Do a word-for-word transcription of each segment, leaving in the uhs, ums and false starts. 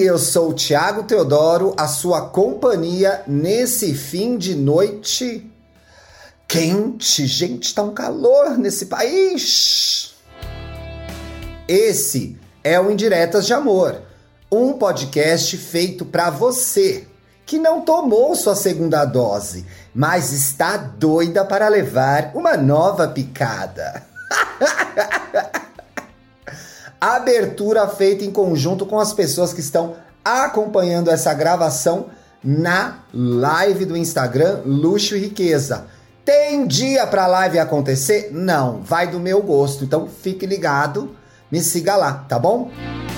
Eu sou o Thiago Teodoro, a sua companhia nesse fim de noite quente. Gente, tá um calor nesse país. Esse é o Indiretas de Amor, um podcast feito para você que não tomou sua segunda dose, mas está doida para levar uma nova picada. Abertura feita em conjunto com as pessoas que estão acompanhando essa gravação na live do Instagram Luxo e Riqueza. Tem dia para a live acontecer? Não, vai do meu gosto. Então fique ligado, me siga lá, tá bom?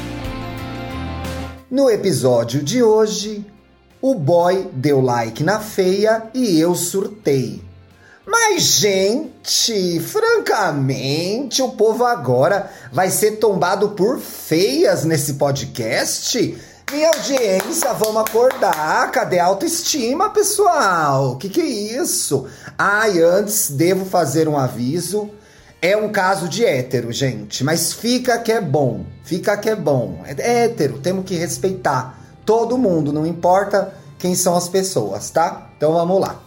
No episódio de hoje, o boy deu like na feia e eu surtei. Mas, gente, francamente, o povo agora vai ser tombado por feias nesse podcast? Minha audiência, vamos acordar. Cadê a autoestima, pessoal? Que que é isso? Ah, e antes, devo fazer um aviso. É um caso de hétero, gente, mas fica que é bom. Fica que é bom. É hétero, temos que respeitar todo mundo, não importa quem são as pessoas, tá? Então vamos lá.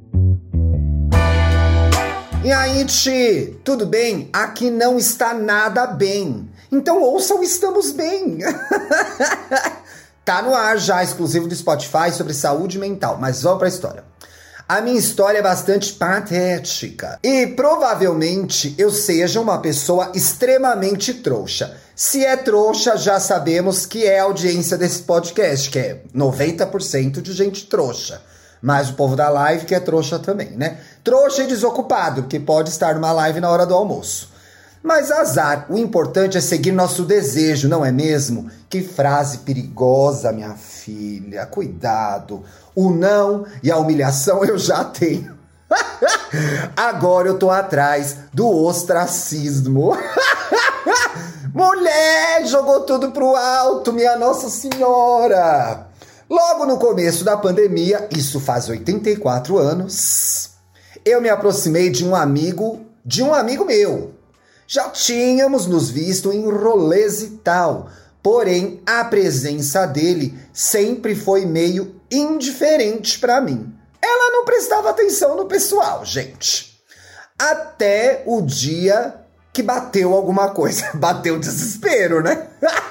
E aí, Ti, tudo bem? Aqui não está nada bem. Então ouçam, estamos bem. Tá no ar já, exclusivo do Spotify, sobre saúde mental. Mas vamos pra história. A minha história é bastante patética. E provavelmente eu seja uma pessoa extremamente trouxa. Se é trouxa, já sabemos que é a audiência desse podcast, que é noventa por cento de gente trouxa. Mas o povo da live que é trouxa também, né? Trouxa e desocupado, que pode estar numa live na hora do almoço. Mas azar, o importante é seguir nosso desejo, não é mesmo? Que frase perigosa, minha filha. Cuidado. O não e a humilhação eu já tenho. Agora eu tô atrás do ostracismo. Mulher, jogou tudo pro alto, minha Nossa Senhora. Logo no começo da pandemia, isso faz oitenta e quatro anos, eu me aproximei de um amigo, de um amigo meu. Já tínhamos nos visto em rolês e tal, porém a presença dele sempre foi meio indiferente pra mim. Ela não prestava atenção no pessoal, gente. Até o dia que bateu alguma coisa. Bateu desespero, né?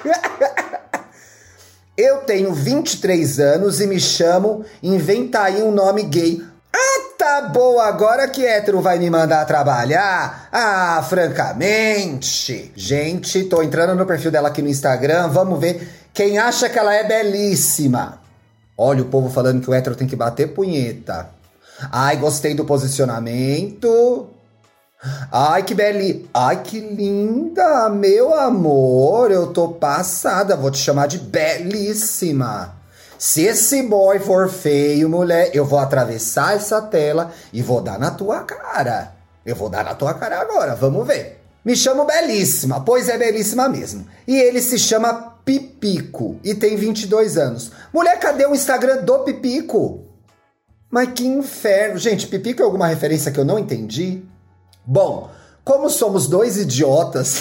Eu tenho vinte e três anos e me chamo, inventa aí um nome gay. Ah, tá bom, agora que hétero vai me mandar trabalhar? Ah, francamente. Gente, tô entrando no perfil dela aqui no Instagram, vamos ver quem acha que ela é belíssima. Olha o povo falando que o hétero tem que bater punheta. Ai, gostei do posicionamento. Ai, que beli... Ai, que linda, meu amor, eu tô passada, vou te chamar de belíssima. Se esse boy for feio, mulher, eu vou atravessar essa tela e vou dar na tua cara. Eu vou dar na tua cara agora, vamos ver. Me chamo belíssima, pois é belíssima mesmo. E ele se chama Pipico e tem vinte e dois anos. Mulher, cadê o Instagram do Pipico? Mas que inferno. Gente, Pipico é alguma referência que eu não entendi? Bom, como somos dois idiotas,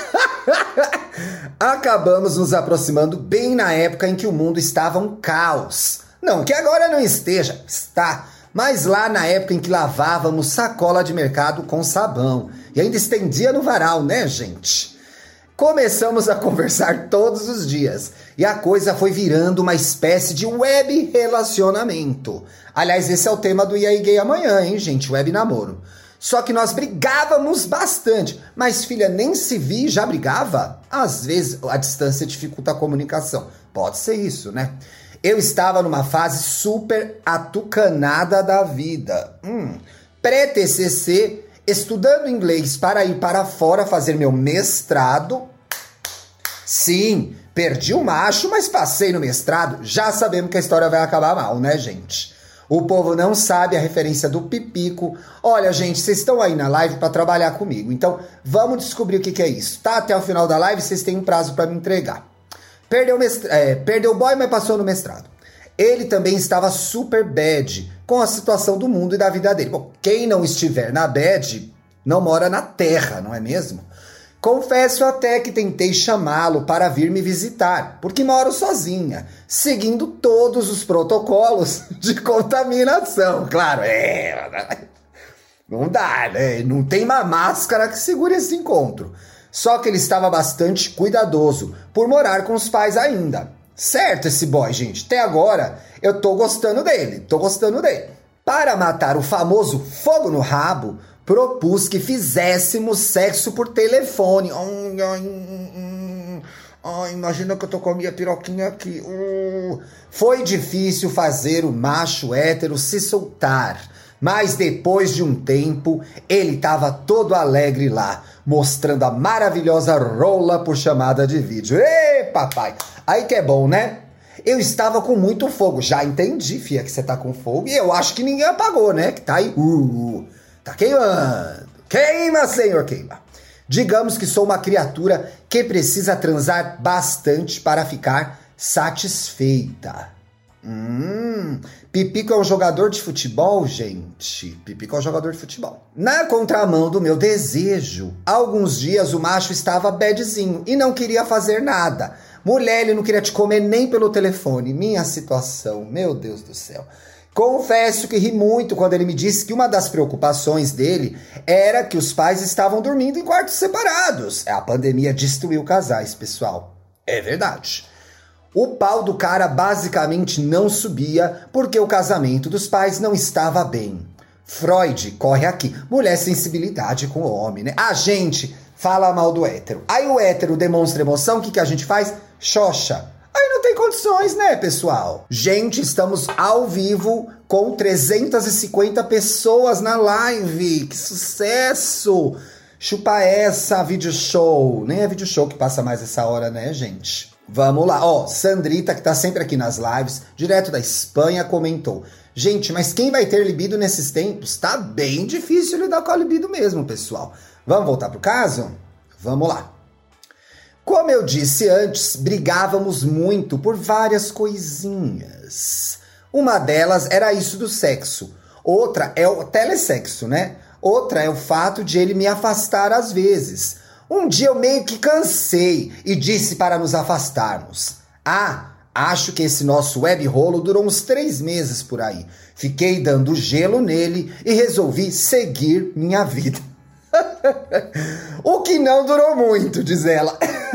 acabamos nos aproximando bem na época em que o mundo estava um caos. Não que agora não esteja, está, mas lá na época em que lavávamos sacola de mercado com sabão e ainda estendia no varal, né, gente? Começamos a conversar todos os dias e a coisa foi virando uma espécie de web relacionamento. Aliás, esse é o tema do E aí Gay amanhã, hein, gente? Web namoro. Só que nós brigávamos bastante. Mas, filha, nem se vi já brigava? Às vezes a distância dificulta a comunicação. Pode ser isso, né? Eu estava numa fase super atucanada da vida. Hum, pré-T C C, estudando inglês para ir para fora fazer meu mestrado. Sim, perdi o macho, mas passei no mestrado. Já sabemos que a história vai acabar mal, né, gente? O povo não sabe a referência do Pipico. Olha, gente, vocês estão aí na live para trabalhar comigo. Então, vamos descobrir o que, que é isso, tá? Até o final da live, vocês têm um prazo para me entregar. Perdeu o mestra... é, perdeu o boy, mas passou no mestrado. Ele também estava super bad com a situação do mundo e da vida dele. Bom, quem não estiver na bad, não mora na terra, não é mesmo? Confesso até que tentei chamá-lo para vir me visitar, porque moro sozinha, seguindo todos os protocolos de contaminação. Claro, é... Não dá, né? Não tem uma máscara que segure esse encontro. Só que ele estava bastante cuidadoso, por morar com os pais ainda. Certo esse boy, gente. Até agora, eu tô gostando dele, tô gostando dele. Para matar o famoso fogo no rabo, propus que fizéssemos sexo por telefone. Ai, ai, ai, imagina que eu tô com a minha piroquinha aqui. Uh. Foi difícil fazer o macho hétero se soltar. Mas depois de um tempo, ele estava todo alegre lá, mostrando a maravilhosa rola por chamada de vídeo. Ê, papai! Aí que é bom, né? Eu estava com muito fogo. Já entendi, fia, que você tá com fogo. E eu acho que ninguém apagou, né? Que tá aí... Uh, tá queimando. Queima, senhor, queima. Digamos que sou uma criatura que precisa transar bastante para ficar satisfeita. Hum, Pipico é um jogador de futebol, gente. Pipico é um jogador de futebol. Na contramão do meu desejo, alguns dias o macho estava badzinho e não queria fazer nada. Mulher, ele não queria te comer nem pelo telefone. Minha situação, meu Deus do céu. Confesso que ri muito quando ele me disse que uma das preocupações dele era que os pais estavam dormindo em quartos separados. A pandemia destruiu casais, pessoal. É verdade. O pau do cara basicamente não subia porque o casamento dos pais não estava bem. Freud corre aqui. Mulher, sensibilidade com o homem, né? A gente fala mal do hétero. Aí o hétero demonstra emoção, o que, que a gente faz? Xoxa. Aí não tem condições, né, pessoal? Gente, estamos ao vivo com trezentas e cinquenta pessoas na live. Que sucesso! Chupa essa, vídeo show. Nem é vídeo show que passa mais essa hora, né, gente? Vamos lá, ó, Sandrita, que tá sempre aqui nas lives, direto da Espanha, comentou. Gente, mas quem vai ter libido nesses tempos? Tá bem difícil lidar com a libido mesmo, pessoal. Vamos voltar pro caso? Vamos lá. Como eu disse antes, brigávamos muito por várias coisinhas. Uma delas era isso do sexo. Outra é o telessexo, né? Outra é o fato de ele me afastar às vezes. Um dia eu meio que cansei e disse para nos afastarmos. Ah, acho que esse nosso web rolo durou uns três meses por aí. Fiquei dando gelo nele e resolvi seguir minha vida. O que não durou muito, diz ela.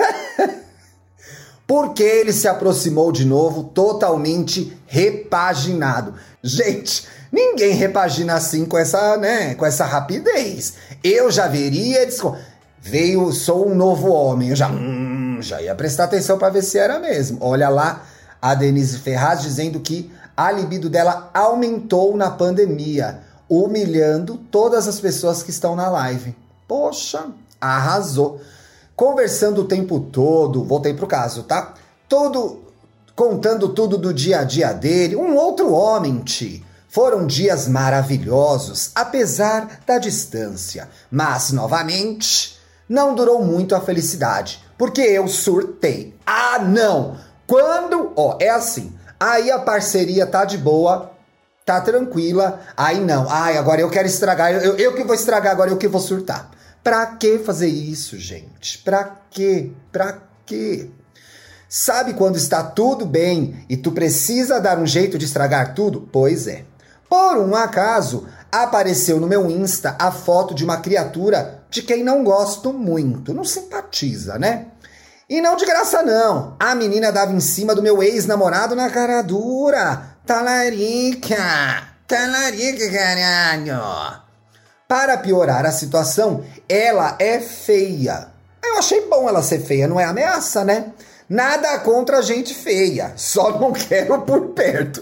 Porque ele se aproximou de novo totalmente repaginado. Gente, ninguém repagina assim com essa, né, com essa rapidez. Eu já veria... Desco... Veio, sou um novo homem. Eu já, hum, já ia prestar atenção para ver se era mesmo. Olha lá, a Denise Ferraz dizendo que a libido dela aumentou na pandemia, humilhando todas as pessoas que estão na live. Poxa, arrasou. Conversando o tempo todo, voltei pro caso, tá? Todo, contando tudo do dia a dia dele, um outro homem, ti. Foram dias maravilhosos, apesar da distância. Mas, novamente... Não durou muito a felicidade, porque eu surtei. Ah, não! Quando... Ó, é assim. Aí a parceria tá de boa, tá tranquila. Aí não. Ai, agora eu quero estragar. Eu, eu que vou estragar, agora eu que vou surtar. Pra que fazer isso, gente? Pra quê? Pra quê? Sabe quando está tudo bem e tu precisa dar um jeito de estragar tudo? Pois é. Por um acaso, apareceu no meu Insta a foto de uma criatura de quem não gosto muito, não simpatiza, né? E não de graça não, a menina dava em cima do meu ex-namorado na cara dura. Talarica, talarica, caralho. Para piorar a situação, ela é feia. Eu achei bom ela ser feia, não é ameaça, né? Nada contra gente feia, só não quero por perto.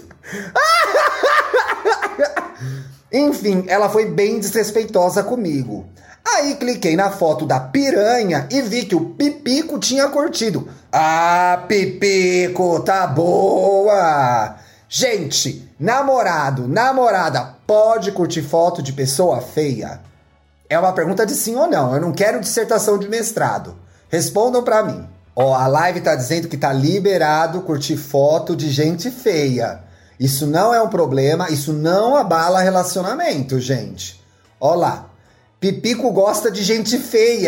Enfim, ela foi bem desrespeitosa comigo. Aí cliquei na foto da piranha e vi que o Pipico tinha curtido. Ah, Pipico, tá boa! Gente, namorado, namorada, pode curtir foto de pessoa feia? É uma pergunta de sim ou não. Eu não quero dissertação de mestrado. Respondam pra mim. Ó, a live tá dizendo que tá liberado curtir foto de gente feia. Isso não é um problema, isso não abala relacionamento, gente. Ó lá. Pipico gosta de gente feia.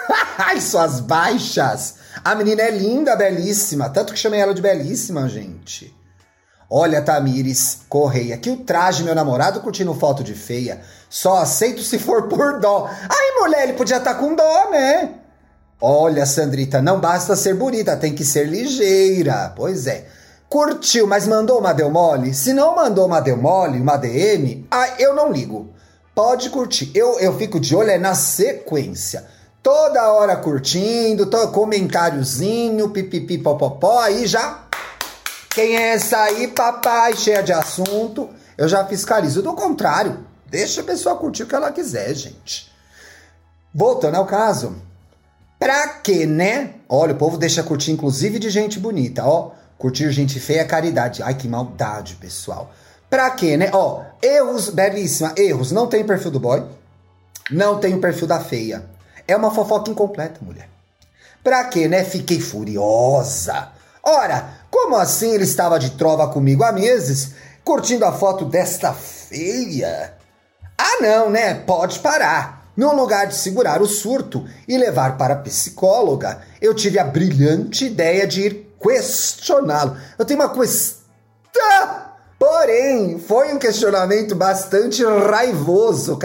Ai, suas baixas! A menina é linda, belíssima. Tanto que chamei ela de belíssima, gente. Olha, Tamires Correia, que o traje meu namorado curtindo foto de feia. Só aceito se for por dó. Ai, mulher, ele podia estar com dó, né? Olha, Sandrita, não basta ser bonita, tem que ser ligeira. Pois é. Curtiu, mas mandou uma deu mole? Se não mandou uma deu mole, uma D M, ah, eu não ligo. Pode curtir. Eu, eu fico de olho é na sequência. Toda hora curtindo, todo comentáriozinho, pipipi, popopó, aí já... Quem é essa aí, papai, cheia de assunto? Eu já fiscalizo. Do contrário, deixa a pessoa curtir o que ela quiser, gente. Voltando ao caso. Pra quê, né? Olha, o povo deixa curtir, inclusive, de gente bonita, ó. Curtir gente feia é caridade. Ai, que maldade, pessoal. Pra quê, né? Ó, erros, belíssima, erros. Não tem perfil do boy. Não tem o perfil da feia. É uma fofoca incompleta, mulher. Pra quê, né? Fiquei furiosa. Ora, como assim ele estava de trova comigo há meses, curtindo a foto desta feia? Ah, não, né? Pode parar. No lugar de segurar o surto e levar para a psicóloga, eu tive a brilhante ideia de ir questioná-lo. Eu tenho uma questão. Porém, foi um questionamento bastante raivoso.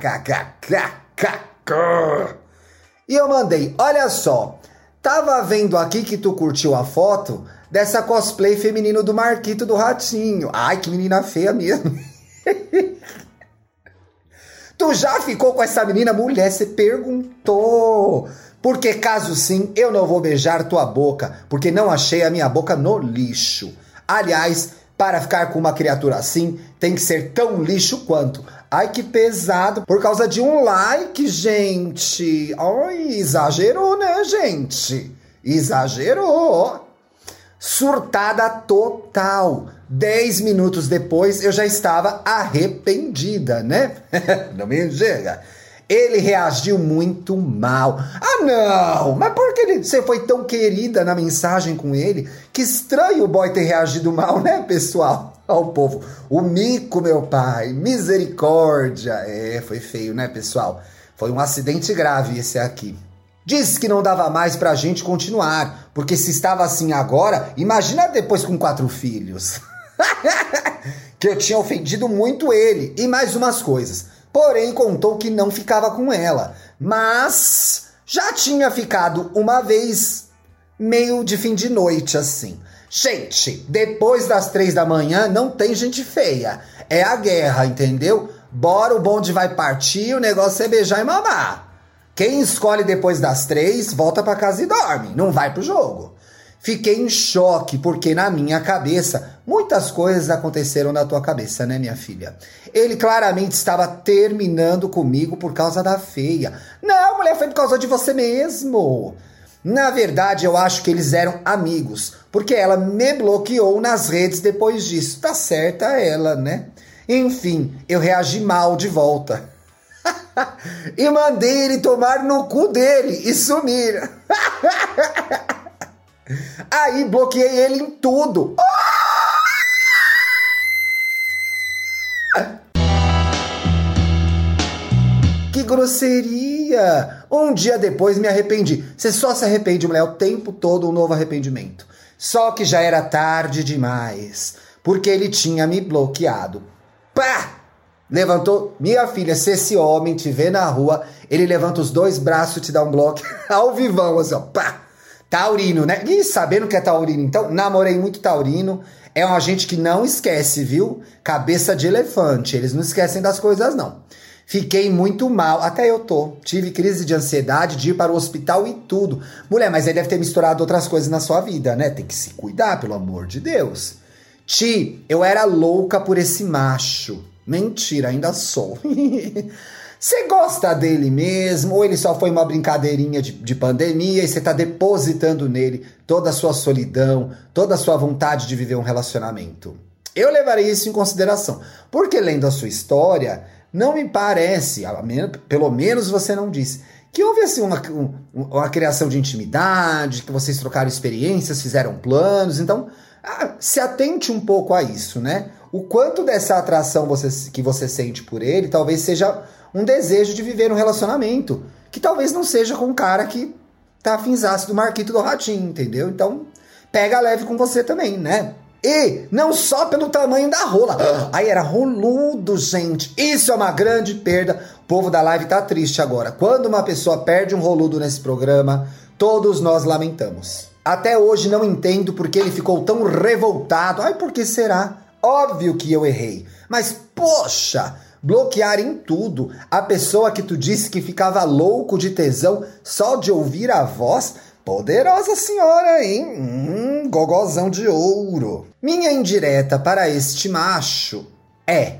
E eu mandei, olha só, tava vendo aqui que tu curtiu a foto dessa cosplay feminino do Marquito do Ratinho. Ai, que menina feia mesmo. Tu já ficou com essa menina? Mulher, você perguntou. Porque caso sim, eu não vou beijar tua boca, porque não achei a minha boca no lixo. Aliás, para ficar com uma criatura assim, tem que ser tão lixo quanto. Ai, que pesado. Por causa de um like, gente. Ai, exagerou, né, gente? Exagerou. Surtada total. Dez minutos depois, eu já estava arrependida, né? Não me chega. Ele reagiu muito mal. Ah, não! Mas por que ele, você foi tão querida na mensagem com ele? Que estranho o boy ter reagido mal, né, pessoal? Ao povo. O mico, meu pai. Misericórdia. É, foi feio, né, pessoal? Foi um acidente grave esse aqui. Disse que não dava mais pra gente continuar. Porque se estava assim agora, imagina depois com quatro filhos. Que eu tinha ofendido muito ele. E mais umas coisas. Porém, contou que não ficava com ela. Mas já tinha ficado uma vez, meio de fim de noite, assim. Gente, depois das três da manhã não tem gente feia. É a guerra, entendeu? Bora, o bonde vai partir, o negócio é beijar e mamar. Quem escolhe depois das três, volta pra casa e dorme. Não vai pro jogo. Fiquei em choque, porque na minha cabeça, muitas coisas aconteceram na tua cabeça, né, minha filha? Ele claramente estava terminando comigo por causa da feia. Não, mulher, foi por causa de você mesmo. Na verdade, eu acho que eles eram amigos, porque ela me bloqueou nas redes depois disso. Tá certa ela, né? Enfim, eu reagi mal de volta. E mandei ele tomar no cu dele e sumir. Aí bloqueei ele em tudo. Que grosseria! Um dia depois me arrependi. Você só se arrepende, mulher, o tempo todo um novo arrependimento. Só que já era tarde demais, porque ele tinha me bloqueado. Pá! Levantou, minha filha, se esse homem te vê na rua, ele levanta os dois braços e te dá um bloco ao vivão, assim, ó, pá! Taurino, né? E sabendo que é taurino, então, namorei muito taurino. É uma gente que não esquece, viu? Cabeça de elefante. Eles não esquecem das coisas, não. Fiquei muito mal. Até eu tô. Tive crise de ansiedade de ir para o hospital e tudo. Mulher, mas aí deve ter misturado outras coisas na sua vida, né? Tem que se cuidar, pelo amor de Deus. Ti, eu era louca por esse macho. Mentira, ainda sou. Você gosta dele mesmo? Ou ele só foi uma brincadeirinha de, de pandemia e você tá depositando nele toda a sua solidão, toda a sua vontade de viver um relacionamento? Eu levarei isso em consideração. Porque lendo a sua história, não me parece, pelo menos você não disse, que houve assim uma, uma criação de intimidade, que vocês trocaram experiências, fizeram planos. Então, ah, se atente um pouco a isso, né? O quanto dessa atração você, que você sente por ele talvez seja um desejo de viver um relacionamento que talvez não seja com o cara que tá afinzasse do Marquito do Ratinho, entendeu? Então, pega leve com você também, né? E não só pelo tamanho da rola. Aí era roludo, gente. Isso é uma grande perda. O povo da live tá triste agora. Quando uma pessoa perde um roludo nesse programa, todos nós lamentamos. Até hoje não entendo porque ele ficou tão revoltado. Ai, por que será? Óbvio que eu errei. Mas, poxa, bloquear em tudo a pessoa que tu disse que ficava louco de tesão só de ouvir a voz... Poderosa senhora, hein? Hum, gogozão de ouro. Minha indireta para este macho é...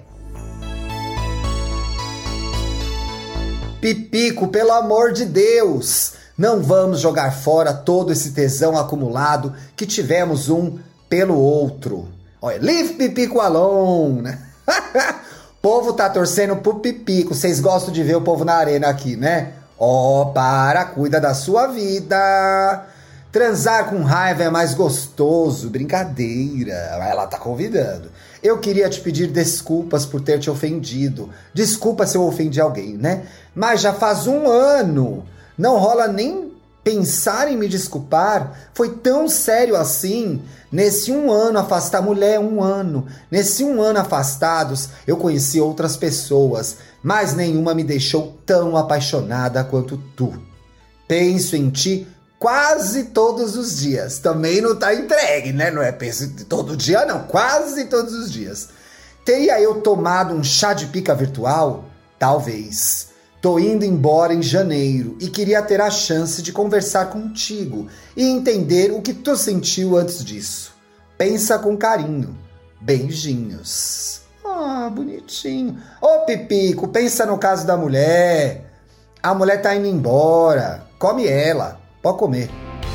Pipico, pelo amor de Deus, não vamos jogar fora todo esse tesão acumulado que tivemos um pelo outro. Olha, leave Pipico alone, né? O povo tá torcendo pro Pipico. Vocês gostam de ver o povo na arena aqui, né? Ó, oh, para, cuida da sua vida. Transar com raiva é mais gostoso. Brincadeira. Ela tá convidando. Eu queria te pedir desculpas por ter te ofendido. Desculpa se eu ofendi alguém, né? Mas já faz um ano. Não rola nem pensar em me desculpar. Foi tão sério assim. Nesse um ano afastar, mulher, um ano. Nesse um ano afastados, eu conheci outras pessoas, mas nenhuma me deixou tão apaixonada quanto tu. Penso em ti quase todos os dias. Também não tá entregue, né? Não é penso todo dia, não. Quase todos os dias. Teria eu tomado um chá de pica virtual? Talvez. Tô indo embora em janeiro e queria ter a chance de conversar contigo e entender o que tu sentiu antes disso. Pensa com carinho. Beijinhos. Ah, bonitinho. Ô, Pipico, pensa no caso da mulher. A mulher tá indo embora. Come ela. Pode comer.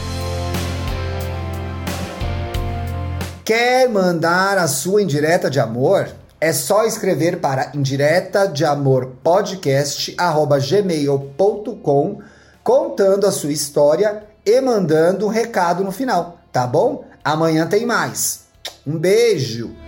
Quer mandar a sua indireta de amor? É só escrever para indireta de amor podcast arroba gmail ponto com contando a sua história e mandando um recado no final, tá bom? Amanhã tem mais. Um beijo!